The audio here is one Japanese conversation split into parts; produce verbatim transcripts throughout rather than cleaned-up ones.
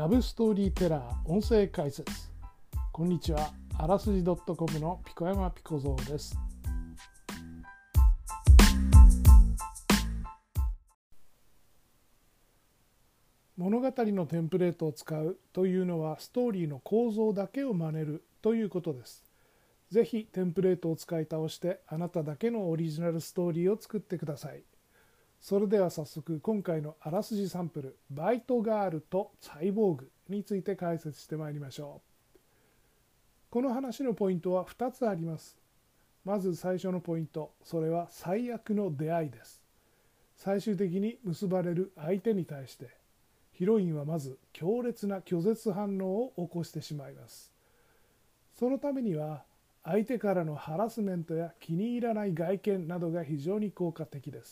ラブストーリーテラー音声解説。こんにちは、あらすじ .com のピコ山ピコゾーです。物語のテンプレートを使うというのはストーリーの構造だけを真似るということです。ぜひテンプレートを使い倒してあなただけのオリジナルストーリーを作ってください。それでは早速今回のあらすじサンプルバイトガールとサイボーグについて解説してまいりましょう。この話のポイントはふたつあります。まず最初のポイント、それは最悪の出会いです。最終的に結ばれる相手に対してヒロインはまず強烈な拒絶反応を起こしてしまいます。そのためには相手からのハラスメントや気に入らない外見などが非常に効果的です。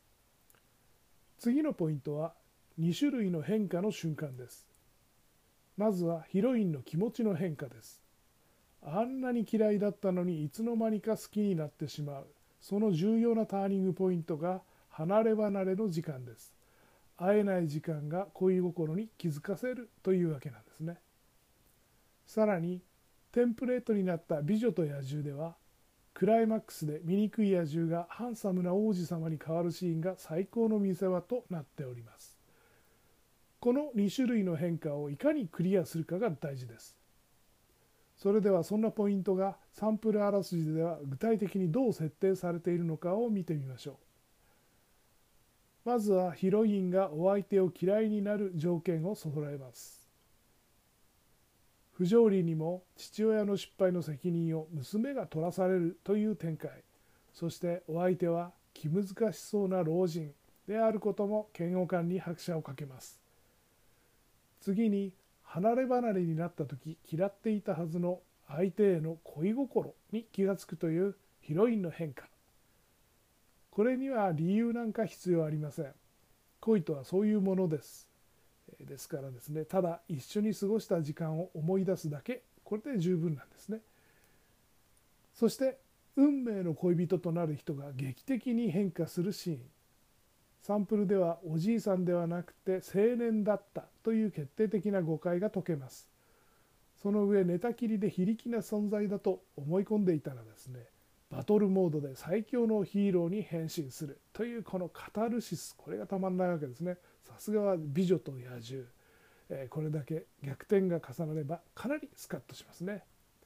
次のポイントはに種類の変化の瞬間です。まずはヒロインの気持ちの変化です。あんなに嫌いだったのにいつの間にか好きになってしまう。その重要なターニングポイントが離れ離れの時間です。会えない時間が恋心に気づかせるというわけなんですね。さらにテンプレートになった美女と野獣ではクライマックスで醜い野獣がハンサムな王子様に変わるシーンが最高の見せ場となっております。このに種類の変化をいかにクリアするかが大事です。それではそんなポイントがサンプルあらすじでは具体的にどう設定されているのかを見てみましょう。まずはヒロインがお相手を嫌いになる条件を揃えます。不条理にも父親の失敗の責任を娘が取らされるという展開。そしてお相手は気難しそうな老人であることも嫌悪感に拍車をかけます。次に離れ離れになった時嫌っていたはずの相手への恋心に気がつくというヒロインの変化。これには理由なんか必要ありません。恋とはそういうものです。ですからですね、ただ一緒に過ごした時間を思い出すだけ、これで十分なんですね。そして運命の恋人となる人が劇的に変化するシーン。サンプルではおじいさんではなくて青年だったという決定的な誤解が解けます。その上寝たきりで非力な存在だと思い込んでいたらですね、バトルモードで最強のヒーローに変身するというこのカタルシス、これがたまんないわけですね。さすがは美女と野獣、えー、これだけ逆転が重なればかなりスカッとしますね。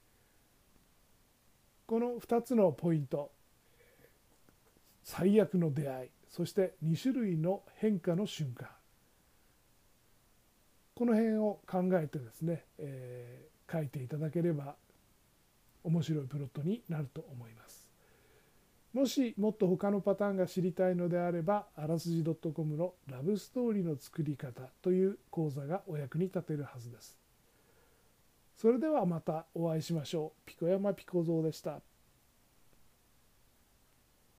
このふたつのポイント、最悪の出会い、そしてに種類の変化の瞬間、この辺を考えてですね、えー、書いていただければ面白いプロットになると思います。もしもっと他のパターンが知りたいのであればあらすじ .com のラブストーリーの作り方という講座がお役に立てるはずです。それではまたお会いしましょう。ピコ山ピコゾーでした。